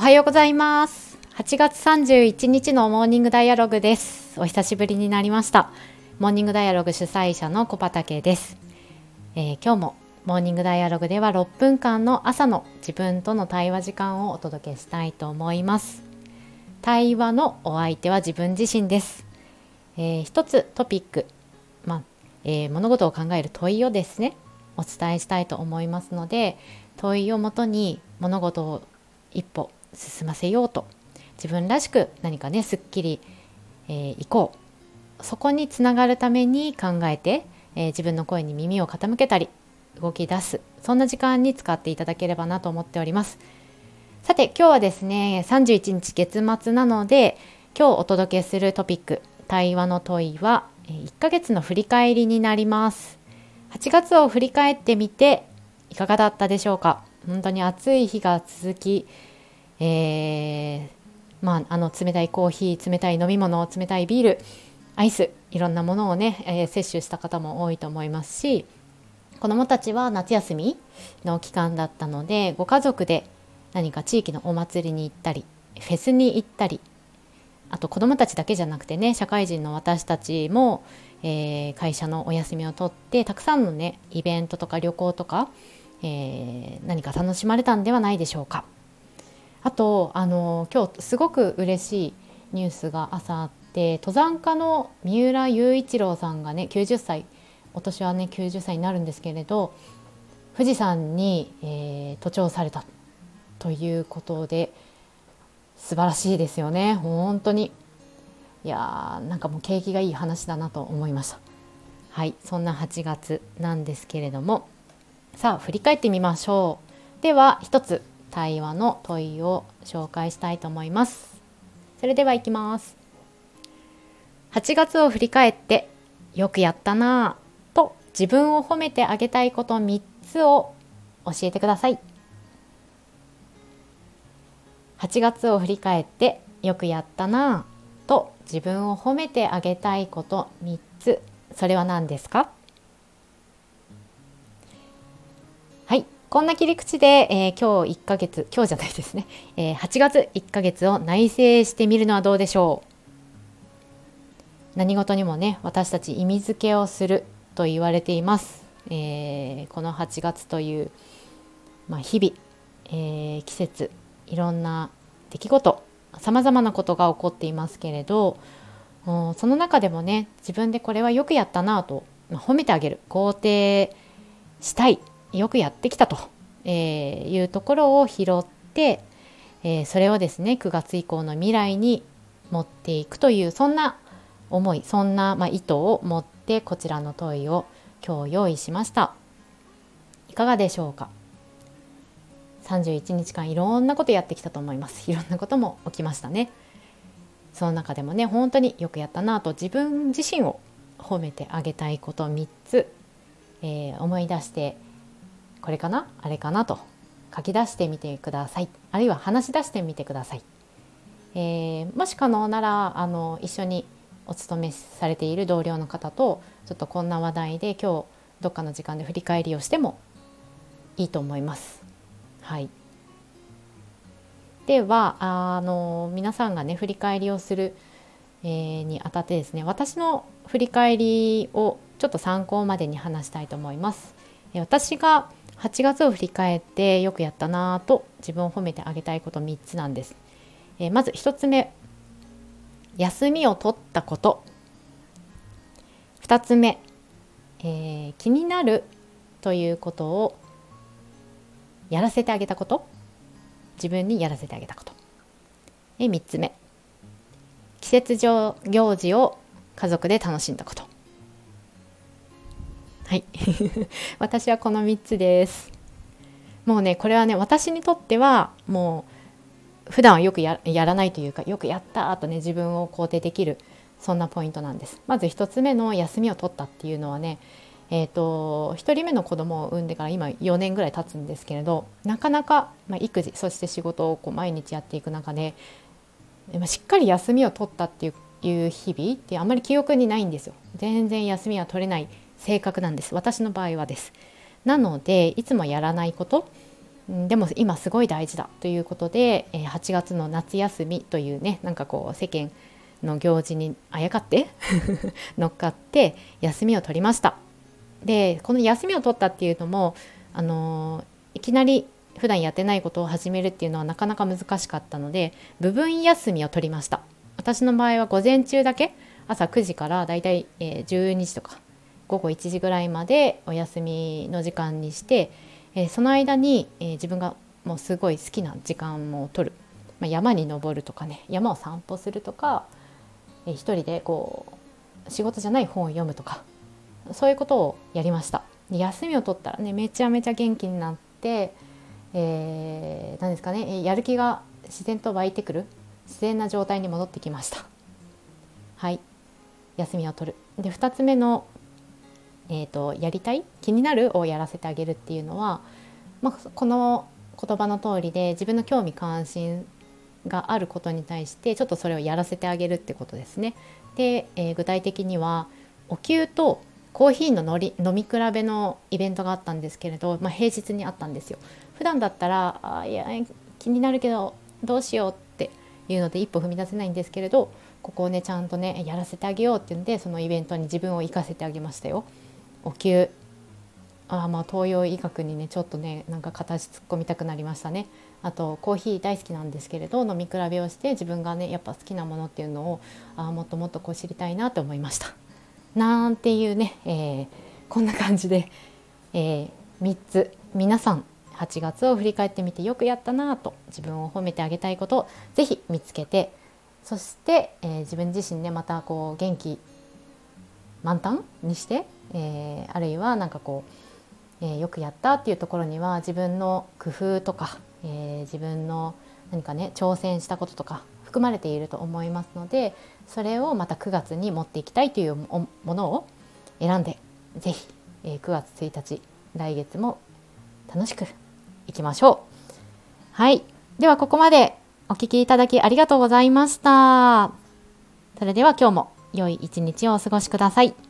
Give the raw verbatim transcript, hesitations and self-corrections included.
はようございます。はちがつさんじゅういちにちのモーニングダイアログです。お久しぶりになりました。モーニングダイアログ主催者の小畑です。えー、今日もモーニングダイアログではろっぷんかんの朝の自分との対話時間をお届けしたいと思います。対話のお相手は自分自身です。えー、一つトピック、まあえー、物事を考える問いをですねお伝えしたいと思いますので、問いをもとに物事を一歩進ませようと、自分らしく何かねすっきり、えー、いこう、そこにつながるために考えて、えー、自分の声に耳を傾けたり動き出す、そんな時間に使っていただければなと思っております。さて今日はですねさんじゅういちにち月末なので、今日お届けするトピック対話の問いはいっかげつの振り返りになります。はちがつを振り返ってみていかがだったでしょうか。本当に暑い日が続き、えーまあ、あの冷たいコーヒー、冷たい飲み物、冷たいビール、アイス、いろんなものをね、えー、摂取した方も多いと思いますし、子どもたちは夏休みの期間だったので、ご家族で何か地域のお祭りに行ったり、フェスに行ったり、あと子どもたちだけじゃなくてね、社会人の私たちも、えー、会社のお休みを取ってたくさんのねイベントとか旅行とか、えー、何か楽しまれたんではないでしょうか。あとあの今日すごく嬉しいニュースが朝あって、登山家の三浦雄一郎さんがねきゅうじゅっさい、お年はねきゅうじゅっさいになるんですけれど、富士山に、えー、登頂されたということで素晴らしいですよね。本当にいやーなんかもう景気がいい話だなと思いました。はい、そんなはちがつなんですけれども、さあ振り返ってみましょう。では一つ対話の問いを紹介したいと思います。それではいきます。はちがつを振り返ってよくやったなぁと自分を褒めてあげたいことみっつを教えてください。はちがつを振り返ってよくやったなぁと自分を褒めてあげたいことみっつ、それは何ですか？はい、こんな切り口で、えー、今日いっかげつ、今日じゃないですね、えー、はちがついっかげつを内省してみるのはどうでしょう。何事にもね私たち意味付けをすると言われています。えー、このはちがつという、まあ、日々、えー、季節、いろんな出来事、さまざまなことが起こっていますけれど、その中でもね自分でこれはよくやったなと、まあ、褒めてあげる、肯定したい、よくやってきたと、えー、いうところを拾って、えー、それをですねくがつ以降の未来に持っていくという、そんな思い、そんな、まあ、意図を持ってこちらの問いを今日用意しました。いかがでしょうか。さんじゅういちにちかんいろんなことやってきたと思います。いろんなことも起きましたね。その中でもね本当によくやったなと自分自身を褒めてあげたいことみっつ、えー、思い出して、これかなあれかなと書き出してみてください。あるいは話し出してみてください。えー、もし可能ならあの一緒にお勤めされている同僚の方とちょっとこんな話題で今日どっかの時間で振り返りをしてもいいと思います。はい、ではあの皆さんがね振り返りをする、えー、にあたってですね、私の振り返りをちょっと参考までに話したいと思います。えー、私がはちがつを振り返ってよくやったなと自分を褒めてあげたいことみっつなんです。えー、まずひとつめ、休みを取ったこと。ふたつめ、えー、気になるということをやらせてあげたこと、自分にやらせてあげたこと。でみっつめ、季節上行事を家族で楽しんだこと。はい私はこのみっつです。もうねこれはね私にとってはもう普段はよく や, やらないというか、よくやったとね自分を肯定できる、そんなポイントなんです。まずひとつめの休みを取ったっていうのはね、えーと、ひとりめの子供を産んでから今よねんぐらい経つんですけれど、なかなか、まあ、育児そして仕事をこう毎日やっていく中で、まあ、しっかり休みを取ったっていういう日々ってあんまり記憶にないんですよ。全然休みは取れない性格なんです、私の場合はです。なのでいつもやらないことでも今すごい大事だということで、えー、はちがつの夏休みというね、なんかこう世間の行事にあやかって乗っかって休みを取りました。でこの休みを取ったっていうのも、あのー、いきなり普段やってないことを始めるっていうのはなかなか難しかったので、部分休みを取りました。私の場合は午前中だけ、朝くじからだいたいじゅうにじとかごごいちじぐらいまでお休みの時間にして、えー、その間に、えー、自分がもうすごい好きな時間を取る、まあ、山に登るとかね、山を散歩するとか、えー、一人でこう仕事じゃない本を読むとか、そういうことをやりました。で休みを取ったらね、めちゃめちゃ元気になって、えー、何ですかね、やる気が自然と湧いてくる自然な状態に戻ってきました。はい、休みを取る。でふたつめの、えーと、やりたい気になるをやらせてあげるっていうのは、まあ、この言葉の通りで自分の興味関心があることに対してちょっとそれをやらせてあげるってことですね。で、えー、具体的にはお灸とコーヒーののり飲み比べのイベントがあったんですけれど、まあ、平日にあったんですよ。普段だったらあいや気になるけどどうしようっていうので一歩踏み出せないんですけれど、ここをねちゃんとねやらせてあげようっていうんで、そのイベントに自分を行かせてあげましたよ。お灸、あまあ東洋医学にねちょっとねなんか形突っ込みたくなりましたね。あとコーヒー大好きなんですけれど、飲み比べをして自分がねやっぱ好きなものっていうのをあもっともっとこう知りたいなと思いましたなんていうね、えー、こんな感じで、えー、みっつ皆さんはちがつを振り返ってみてよくやったなと自分を褒めてあげたいことをぜひ見つけて、そして、えー、自分自身ねまたこう元気満タンにして、えー、あるいはなんかこう、えー、よくやったっていうところには自分の工夫とか、えー、自分の何かね挑戦したこととか含まれていると思いますので、それをまたくがつに持っていきたいというものを選んで、ぜひ、えー、くがつついたち来月も楽しくいきましょう。はい、ではここまでお聞きいただきありがとうございました。それでは今日も良い一日をお過ごしください。